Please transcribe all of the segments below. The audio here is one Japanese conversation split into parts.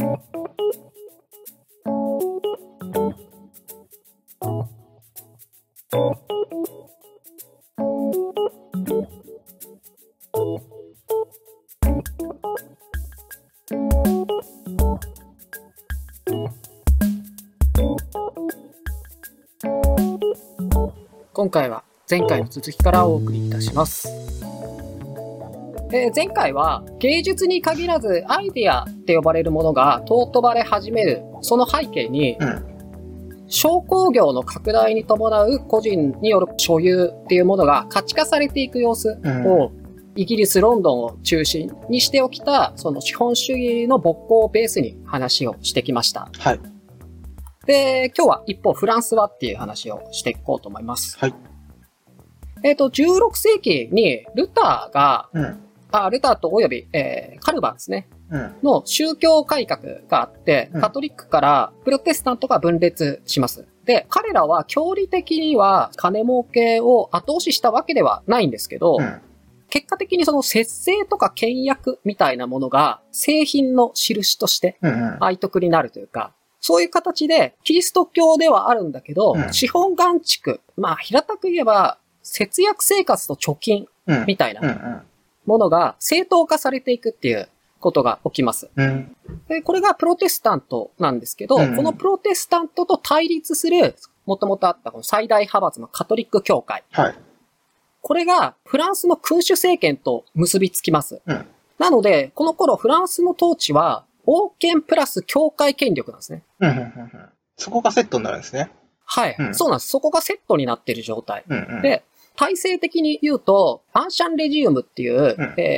今回は前回の続きからお送りいたします。前回は芸術に限らずアイデアって呼ばれるものが尊ばれ始める、その背景に、商工業の拡大に伴う個人による所有っていうものが価値化されていく様子を、イギリス・ロンドンを中心にしておきた、その資本主義の勃興をベースに話をしてきました。 はい。 で、今日は一方フランスはっていう話をしていこうと思います。 はい。 16世紀にルターが、ルターとおよび、カルバンですね。の宗教改革があって、カトリックからプロテスタントが分裂します。で、彼らは教理的には金儲けを後押ししたわけではないんですけど、結果的にその節制とか倹約みたいなものが製品の印として愛徳になるというか、そういう形でキリスト教ではあるんだけど、資本眼蓄、平たく言えば節約生活と貯金みたいなものが正当化されていくっていうことが起きます。で、これがプロテスタントなんですけど、このプロテスタントと対立する、もともとあったこの最大派閥のカトリック教会。これがフランスの君主政権と結びつきます。なので、この頃フランスの統治は王権プラス教会権力なんですね。 そこがセットになるんですね。 はい。そうなんです。そこがセットになっている状態。で、体制的に言うと、アンシャンレジウムっていう、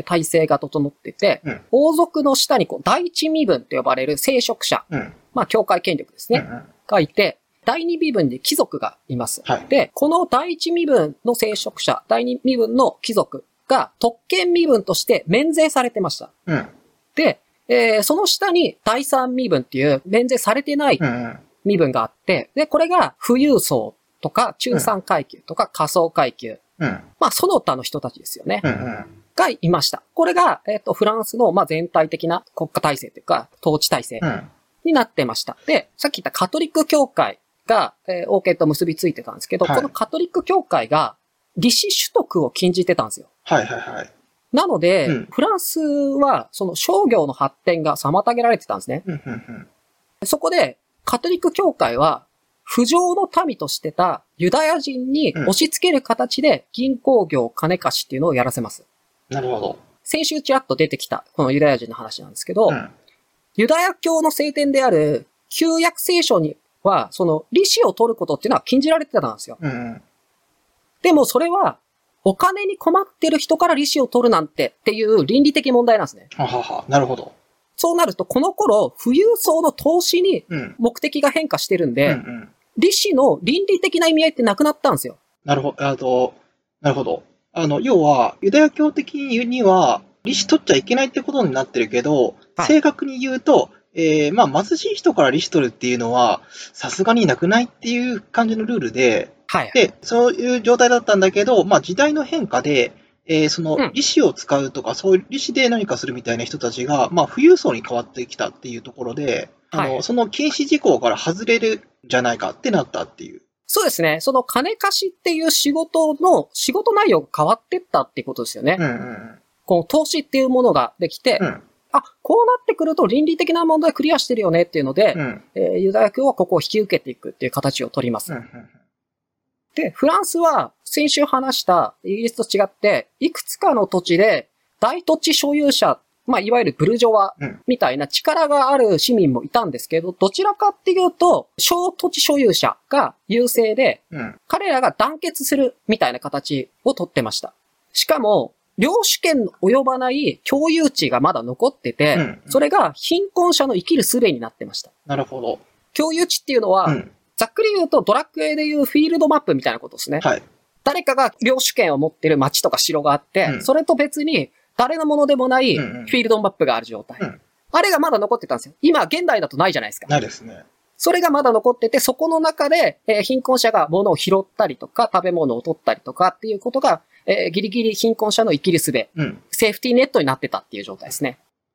体制が整ってて、王族の下に第一身分と呼ばれる聖職者、教会権力ですね、がいて、第二身分に貴族がいます。で、この第一身分の聖職者、第二身分の貴族が特権身分として免税されてました。で、その下に第三身分っていう免税されてない身分があって、で、これが富裕層とか中産階級とか下層階級。その他の人たちですよね。がいました。これが、フランスの、全体的な国家体制というか、統治体制になってました。で、さっき言ったカトリック教会が、王権と結びついてたんですけど、このカトリック教会が利子取得を禁じてたんですよ。なので、フランスは、その商業の発展が妨げられてたんですね。そこで、カトリック教会は、不浄の民としてたユダヤ人に押し付ける形で銀行業金貸しっていうのをやらせます。 なるほど。 先週ちらっと出てきたこのユダヤ人の話なんですけど、ユダヤ教の聖典である旧約聖書にはその利子を取ることっていうのは禁じられてたんですよ。でもそれはお金に困ってる人から利子を取るなんてっていう倫理的問題なんですね。 なるほど。 そうなるとこの頃富裕層の投資に目的が変化してるんで、利子の倫理的な意味合いってなくなったんですよ。 なるほど。要は、ユダヤ教的には、利子取っちゃいけないってことになってるけど、正確に言うと、貧しい人から利子取るっていうのは、さすがになくないっていう感じのルールで、で、そういう状態だったんだけど、時代の変化で、その利子を使うとか、そういう利子で何かするみたいな人たちが、富裕層に変わってきたっていうところで、その禁止事項から外れるんじゃないかってなったっていう。 そうですね。その金貸しっていう仕事内容が変わってったっていうことですよね。この投資っていうものができて、こうなってくると倫理的な問題クリアしてるよねっていうので、ユダヤ教はここを引き受けていくっていう形を取ります。で、フランスは先週話したイギリスと違って、いくつかの土地で大土地所有者、いわゆるブルジョワみたいな力がある市民もいたんですけど、どちらかっていうと、小土地所有者が優勢で、彼らが団結するみたいな形をとってました。しかも、領主権の及ばない共有地がまだ残ってて、それが貧困者の生きる術になってました。 なるほど。 共有地っていうのは、ざっくり言うとドラクエでいうフィールドマップみたいなことですね。誰かが領主権を持ってる町とか城があって、それと別に誰のものでもないフィールドマップがある状態。あれがまだ残ってたんですよ。今、現代だとないじゃないですか。 ないですね。 それがまだ残ってて、そこの中で、貧困者が物を拾ったりとか、食べ物を取ったりとかっていうことが、ギリギリ貧困者の生きる術、セーフティーネットになってたっていう状態ですね。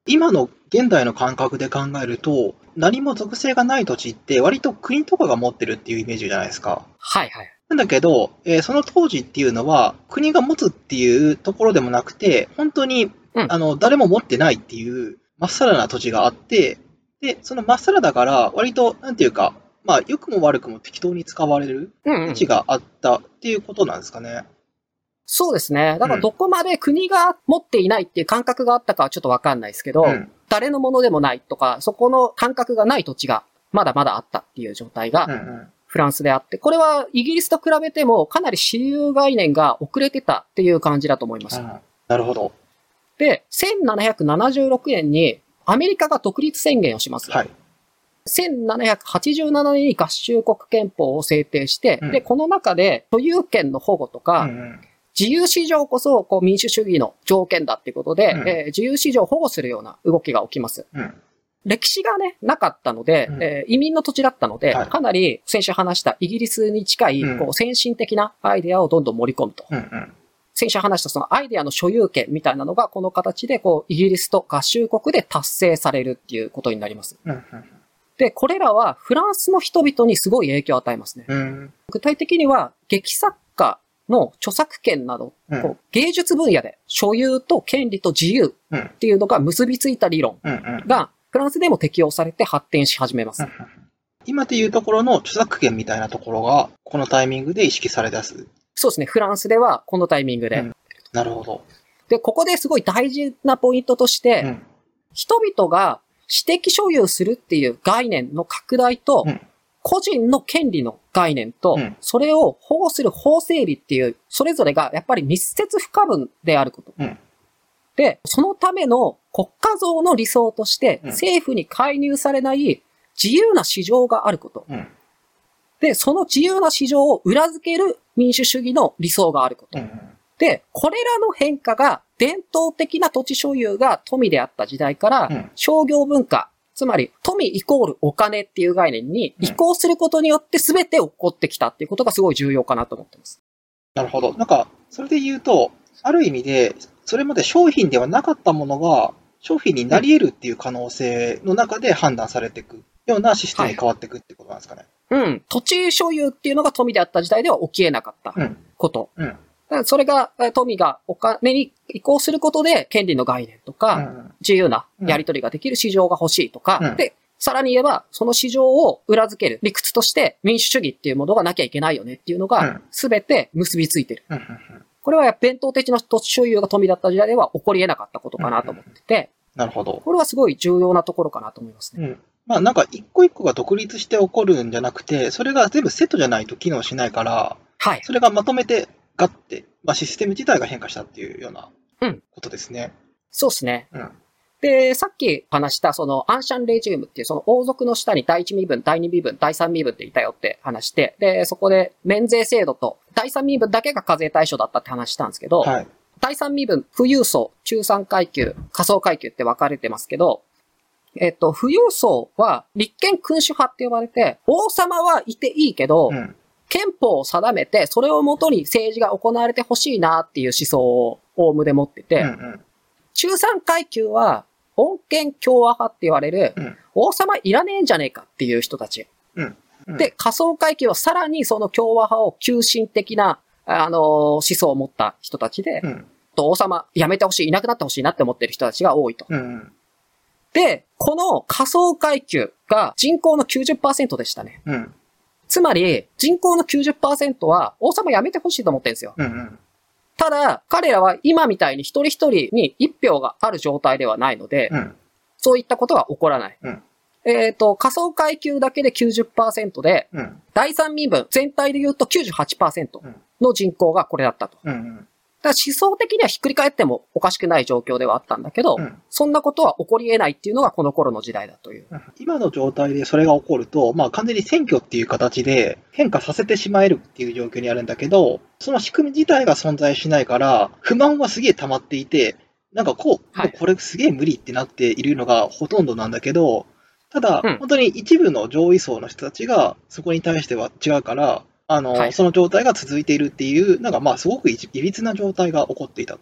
今の現代の感覚で考えると、何も属性がない土地って割と国とかが持ってるっていうイメージじゃないですか。 はいはい。 なんだけど、その当時っていうのは、国が持つっていうところでもなくて、本当に、誰も持ってないっていう、まっさらな土地があって、で、そのまっさらだから、割と、なんていうか、まあ、良くも悪くも適当に使われる位置があったっていうことなんですかね。 そうですね。だからどこまで国が持っていないっていう感覚があったかはちょっとわかんないですけど、誰のものでもないとか、そこの感覚がない土地がまだまだあったっていう状態が、フランスであって、これはイギリスと比べてもかなり私有概念が遅れてたっていう感じだと思います。 なるほど。 で、1776年にアメリカが独立宣言をします。はい。1787年に合衆国憲法を制定して、で、この中で所有権の保護とか、自由市場こそこう民主主義の条件だっていうことで、自由市場を保護するような動きが起きます。歴史がね、なかったので、移民の土地だったので、かなり先週話したイギリスに近い、こう先進的なアイデアをどんどん盛り込むと。先週話したそのアイデアの所有権みたいなのがこの形でこうイギリスと合衆国で達成されるっていうことになります。で、これらはフランスの人々にすごい影響を与えますね。具体的には劇作家の著作権など、こう芸術分野で所有と権利と自由っていうのが結びついた理論がフランスでも適用されて発展し始めます。 今でいうところの著作権みたいなところがこのタイミングで意識され出す。 そうですね。フランスではこのタイミングで。 なるほど。 で、ここですごい大事なポイントとして、人々が私的所有するっていう概念の拡大と、個人の権利の概念と、それを保護する法整備っていう、それぞれがやっぱり密接不可分であること。で、そのための国家像の理想として、政府に介入されない自由な市場があること。で、その自由な市場を裏付ける民主主義の理想があること。で、これらの変化が伝統的な土地所有が富であった時代から、商業文化、つまり富イコールお金っていう概念に移行することによって全て起こってきたっていうことがすごい重要かなと思ってます。 なるほど。なんか、それで言うと、ある意味で、それまで商品ではなかったものが商品になり得るっていう可能性の中で判断されていくようなシステムに変わっていくってことなんですかね。 土地所有っていうのが富であった時代では起き得なかったこと。それが、富がお金に移行することで、権利の概念とか、自由なやり取りができる市場が欲しいとか、で、さらに言えば、その市場を裏付ける理屈として民主主義っていうものがなきゃいけないよねっていうのが、すべて結びついてる。これは伝統的な土地所有が富だった時代では起こり得なかったことかなと思ってて、 なるほど。 これはすごい重要なところかなと思いますね。 まあなんか一個一個が独立して起こるんじゃなくて、それが全部セットじゃないと機能しないから、それがまとめてガッて、まあシステム自体が変化したっていうようなことですね。 そうですね。で、さっき話したそのアンシャンレジウムっていうその王族の下に第一身分、第二身分、第三身分っていたよって話して、で、そこで免税制度と第三身分だけが課税対象だったって話したんですけど、第三身分、富裕層、中産階級、下層階級って分かれてますけど、富裕層は立憲君主派って呼ばれて、王様はいていいけど、憲法を定めて、それをもとに政治が行われてほしいなっていう思想をオウムで持ってて、中産階級は穏健共和派って言われる、王様いらねえんじゃねえかっていう人たち。で、下層階級はさらにその共和派を急進的な、思想を持った人たちで、王様やめてほしい、いなくなってほしいなって思ってる人たちが多いと。で、この下層階級が人口の 90% でしたね。つまり、人口の 90% は王様やめてほしいと思ってるんですよ。ただ、彼らは今みたいに一人一人に一票がある状態ではないので、そういったことは起こらない。下層階級だけで 90% で、第三身分全体で言うと 98% の人口がこれだったと。だから思想的にはひっくり返ってもおかしくない状況ではあったんだけど、そんなことは起こり得ないっていうのがこの頃の時代だという。 今の状態でそれが起こると、まあ完全に選挙っていう形で変化させてしまえるっていう状況にあるんだけど、その仕組み自体が存在しないから、不満はすげえ溜まっていて、なんかこれすげえ無理ってなっているのがほとんどなんだけど、ただ、本当に一部の上位層の人たちがそこに対しては違うから、その状態が続いているっていう、なんかまあすごくいびつな状態が起こっていたと。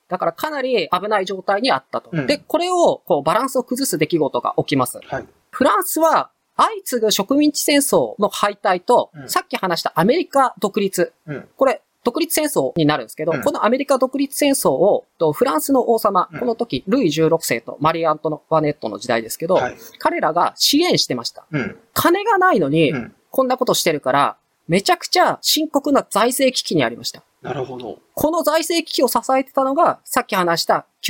だからかなり危ない状態にあったと。で、これを、バランスを崩す出来事が起きます。はい、フランスは、相次ぐ植民地戦争の敗退と、さっき話したアメリカ独立。これ、独立戦争になるんですけど、このアメリカ独立戦争を、フランスの王様、この時、ルイ16世とマリー・アントワネットの時代ですけど、彼らが支援してました。金がないのに、こんなことしてるから、めちゃくちゃ深刻な財政危機にありました。 なるほど。 この財政危機を支えてたのが、さっき話した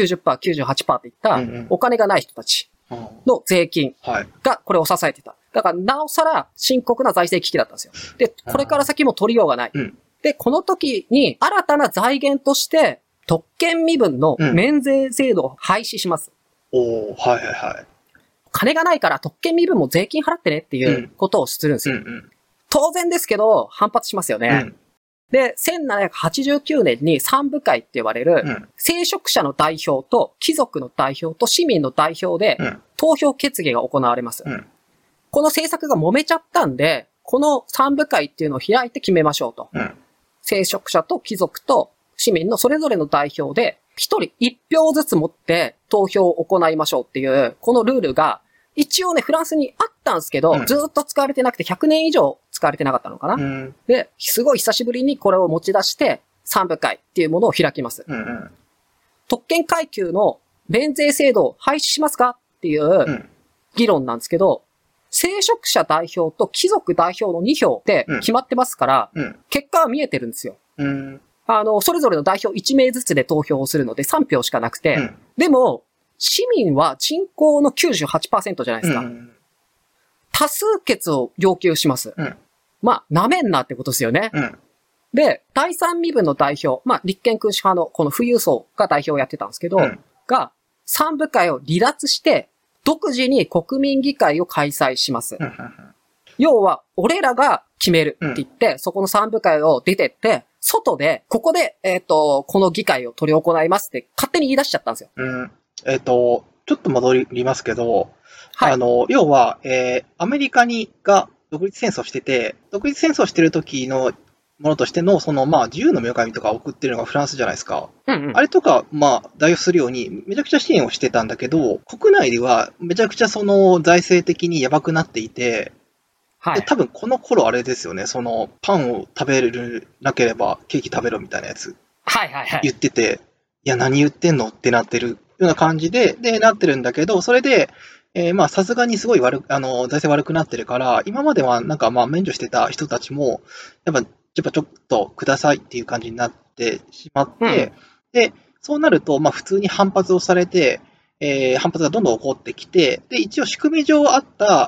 90%、98% っていった、お金がない人たちの税金がこれを支えてた。だから、なおさら深刻な財政危機だったんですよ。で、これから先も取りようがない。で、この時に新たな財源として、特権身分の免税制度を廃止します。 はいはいはい。 金がないから特権身分も税金払ってねっていうことをするんですよ。当然ですけど、反発しますよね。で、1789年に三部会って呼ばれる、聖職者の代表と貴族の代表と市民の代表で、投票決議が行われます。この政策が揉めちゃったんで、この三部会っていうのを開いて決めましょうと。聖職者と貴族と市民のそれぞれの代表で、一人一票ずつ持って投票を行いましょうっていう、このルールが、一応ね、フランスにあったんですけど、ずっと使われてなくて100年以上使われてなかったのかな。で、すごい久しぶりにこれを持ち出して、三部会っていうものを開きます。特権階級の免税制度を廃止しますかっていう議論なんですけど、聖職者代表と貴族代表の2票で決まってますから、結果は見えてるんですよ。それぞれの代表1名ずつで投票をするので3票しかなくて、でも、市民は人口の 98% じゃないですか。多数決を要求します。まあ、舐めんなってことですよね。で、第三身分の代表、まあ、立憲君主派のこの富裕層が代表をやってたんですけど、が、三部会を離脱して、独自に国民議会を開催します。要は、俺らが決めるって言って、そこの三部会を出てって、外で、ここで、この議会を取り行いますって勝手に言い出しちゃったんですよ。 ちょっと戻りますけど、はい、要は、アメリカが独立戦争してて、独立戦争してる時のものとしての、まあ、自由の女神とか送ってるのがフランスじゃないですか。あれとか、まあ、代表するように、めちゃくちゃ支援をしてたんだけど、国内ではめちゃくちゃ財政的にやばくなっていて、はい、で多分この頃あれですよね、パンを食べなければケーキ食べろみたいなやつ。言ってて、いや、何言ってんのってなってるような感じで、なってるんだけど、それで、まあ、さすがにすごい財政悪くなってるから、今まではなんかまあ、免除してた人たちも、やっぱちょっとくださいっていう感じになってしまって、で、そうなると、まあ、普通に反発をされて、反発がどんどん起こってきて、で、一応仕組み上あった、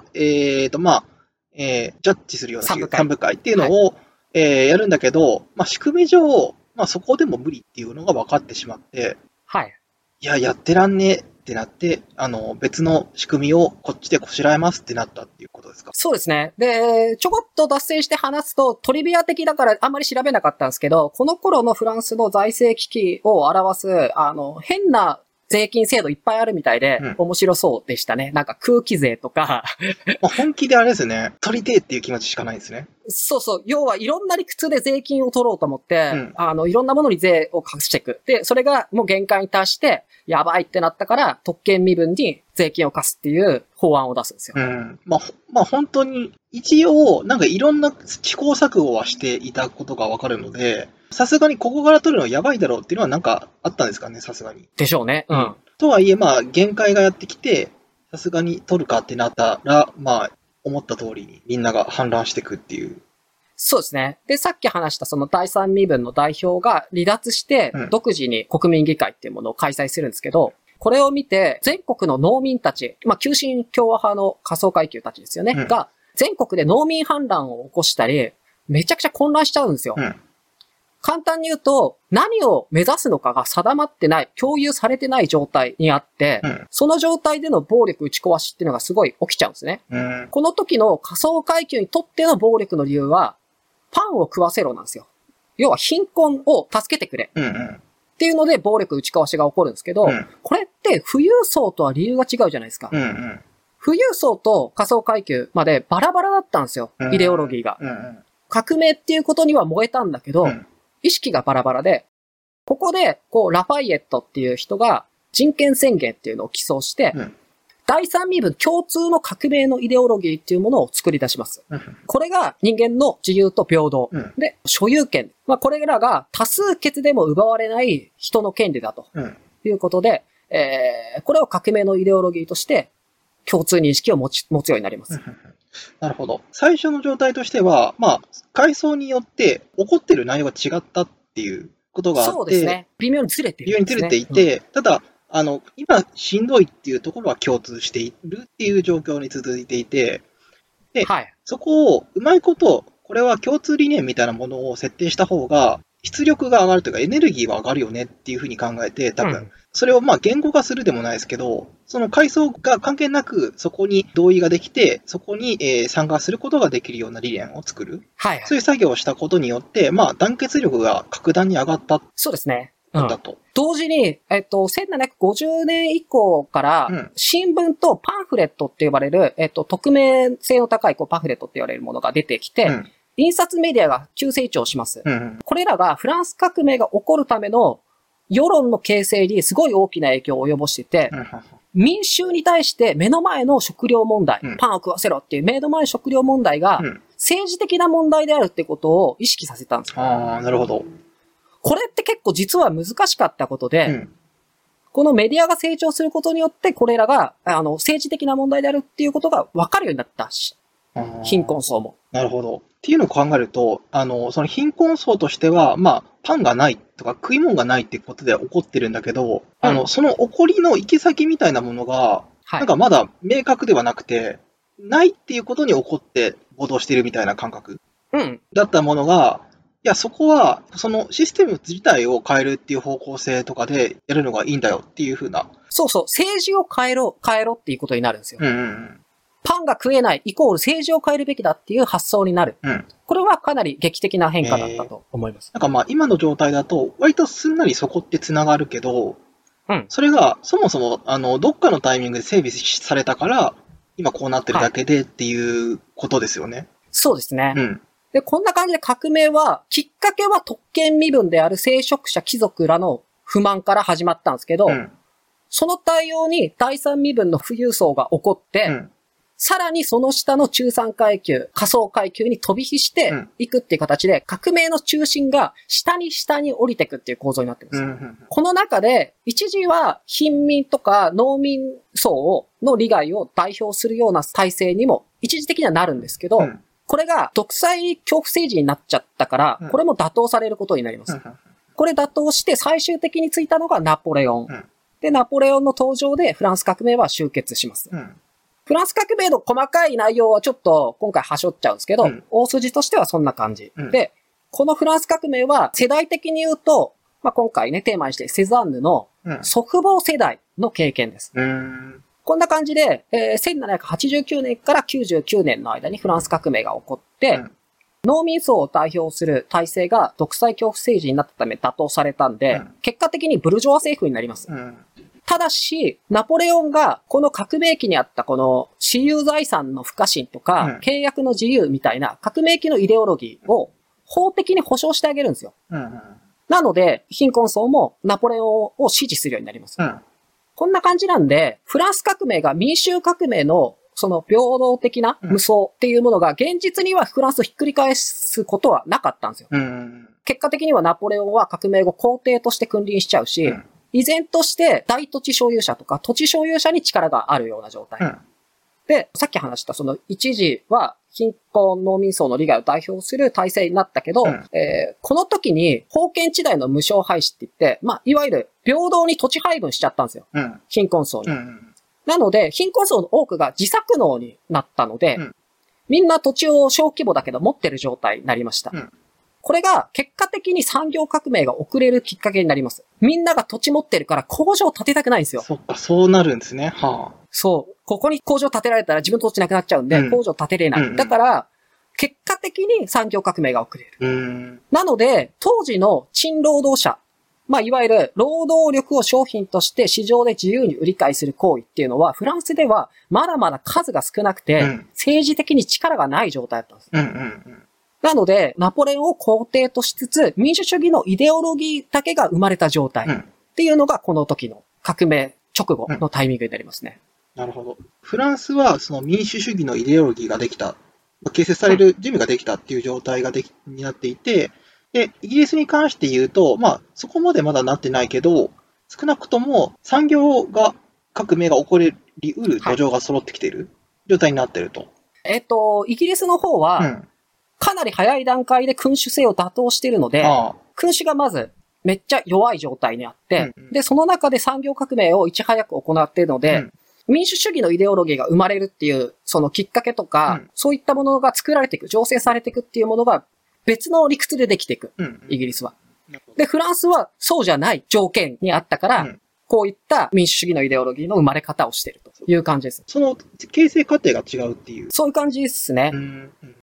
まあ、ジャッジするような三部会っていうのを、やるんだけど、まあ、仕組み上、まあ、そこでも無理っていうのが分かってしまって、いや、やってらんねえってなって、別の仕組みをこっちでこしらえますってなったっていうことですか？ そうですね。で、ちょこっと脱線して話すと、トリビア的だからあんまり調べなかったんですけど、この頃のフランスの財政危機を表す、変な税金制度いっぱいあるみたいで、面白そうでしたね。なんか空気税とか。 本気であれですね。取りてえっていう気持ちしかないですね。 そうそう。要はいろんな理屈で税金を取ろうと思って、いろんなものに税を隠していく。で、それがもう限界に達して、やばいってなったから、特権身分に税金を課すっていう法案を出すんですよ。 まあ本当に、一応、なんかいろんな試行錯誤はしていたことがわかるので、さすがにここから取るのはやばいだろうっていうのはなんかあったんですかね、さすがに。 でしょうね。 とはいえ、まあ、限界がやってきて、さすがに取るかってなったら、まあ、思った通りにみんなが反乱していくっていう。 そうですね。で、さっき話したその第三身分の代表が離脱して、独自に国民議会っていうものを開催するんですけど、これを見て、全国の農民たち、まあ、急進共和派の下層階級たちですよね、が、全国で農民反乱を起こしたり、めちゃくちゃ混乱しちゃうんですよ。簡単に言うと、何を目指すのかが定まってない、共有されてない状態にあって、その状態での暴力打ち壊しっていうのがすごい起きちゃうんですね。この時の下層階級にとっての暴力の理由は、パンを食わせろなんですよ。要は貧困を助けてくれ。っていうので暴力打ち壊しが起こるんですけど、これって富裕層とは理由が違うじゃないですか。富裕層と下層階級までバラバラだったんですよ、イデオロギーが。革命っていうことには燃えたんだけど、意識がバラバラで、 ここで、ラファイエットっていう人が人権宣言っていうのを起草して、第三身分共通の革命のイデオロギーっていうものを作り出します。これが人間の自由と平等。で、所有権。これらが多数決でも奪われない人の権利だということで、これを革命のイデオロギーとして共通認識を持つようになります。 なるほど。最初の状態としては、階層によって起こっている内容が違ったっていうことがあって。そうですね。 微妙にずれている、 微妙にずれていて、ただ、今しんどいっていうところは共通しているっていう状況に続いていて、で、そこをうまいこと、これは共通理念みたいなものを設定した方が、出力が上がるというかエネルギーは上がるよねっていうふうに考えて、多分、それを言語化するでもないですけど、その階層が関係なくそこに同意ができて、そこに参加することができるような理念を作る。そういう作業をしたことによって、団結力が格段に上がった。 そうですね。だと。同時に、1750年以降から、新聞とパンフレットって呼ばれる、匿名性の高いパンフレットって言われるものが出てきて、印刷メディアが急成長します。これらがフランス革命が起こるための世論の形成にすごい大きな影響を及ぼしていて、民衆に対して目の前の食料問題、パンを食わせろっていう目の前の食料問題が政治的な問題であるってことを意識させたんですよ。 なるほど。 これって結構実は難しかったことで、このメディアが成長することによってこれらが政治的な問題であるっていうことが分かるようになったし、貧困層も。 なるほど。っていうのを考えると、その貧困層としては、パンがないとか食い物がないっていうことで起こってるんだけど、その起こりの行き先みたいなものが、なんかまだ明確ではなくて、ないっていうことに起こって暴動しているみたいな感覚だったものが、いや、そこは、そのシステム自体を変えるっていう方向性とかでやるのがいいんだよっていう風な。 そうそう、政治を変えろっていうことになるんですよ。パンが食えないイコール政治を変えるべきだっていう発想になる。これはかなり劇的な変化だったと思います。 なんか今の状態だと、割とすんなりそこって繋がるけど、それがそもそも、どっかのタイミングで整備されたから、今こうなってるだけでっていうことですよね。 そうですね。で、こんな感じで革命は、きっかけは特権身分である聖職者貴族らの不満から始まったんですけど、その対応に第三身分の富裕層が起こって、さらにその下の中産階級、下層階級に飛び火していくっていう形で、革命の中心が下に降りていくっていう構造になってるんです。この中で、一時は貧民とか農民層の利害を代表するような体制にも一時的にはなるんですけど、これが独裁恐怖政治になっちゃったから、これも打倒されることになります。これ打倒して最終的についたのがナポレオン。で、ナポレオンの登場でフランス革命は終結します。フランス革命の細かい内容はちょっと今回端折っちゃうんですけど、大筋としてはそんな感じ。で、このフランス革命は世代的に言うと、今回ね、テーマにしてセザンヌの祖父母世代の経験です。こんな感じで、1789年から99年の間にフランス革命が起こって、農民層を代表する体制が独裁恐怖政治になったため打倒されたんで、結果的にブルジョワ政府になります。ただし、ナポレオンがこの革命期にあったこの私有財産の不可侵とか、契約の自由みたいな革命期のイデオロギーを法的に保障してあげるんですよ。なので、貧困層もナポレオンを支持するようになります。こんな感じなんで、フランス革命が民衆革命のその平等的な無双っていうものが現実にはフランスをひっくり返すことはなかったんですよ。結果的にはナポレオンは革命後皇帝として君臨しちゃうし、依然として大土地所有者とか土地所有者に力があるような状態。で、さっき話したその一時は貧困農民層の利害を代表する体制になったけど、この時に封建地代の無償廃止って言って、いわゆる平等に土地配分しちゃったんですよ。貧困層に。なので、貧困層の多くが自作農になったので、みんな土地を小規模だけど持ってる状態になりました。これが結果的に産業革命が遅れるきっかけになります。みんなが土地持ってるから工場を建てたくないんですよ。 そっか、そうなるんですね。 そう。ここに工場建てられたら自分の土地なくなっちゃうんで、工場建てれない。だから、結果的に産業革命が遅れる。なので、当時の賃労働者、いわゆる労働力を商品として市場で自由に売り買いする行為っていうのは、フランスではまだまだ数が少なくて、政治的に力がない状態だったんです。 なので、ナポレオンを皇帝としつつ、民主主義のイデオロギーだけが生まれた状態っていうのがこの時の革命直後のタイミングになりますね。 なるほど。フランスはその民主主義のイデオロギーができた、形成される準備ができたっていう状態になっていて、で、イギリスに関して言うと、そこまでまだなってないけど、少なくとも産業革命が起こり得る土壌が揃ってきている状態になっていると。 イギリスの方は、かなり早い段階で君主制を打倒しているので、君主がまずめっちゃ弱い状態にあって、で、その中で産業革命をいち早く行っているので、民主主義のイデオロギーが生まれるっていう、そのきっかけとか、そういったものが作られていく、醸成されていくっていうものが別の理屈でできていく、イギリスは。で、フランスはそうじゃない条件にあったから、こういった民主主義のイデオロギーの生まれ方をしているという感じです。 その形成過程が違うっていう。 そういう感じですね。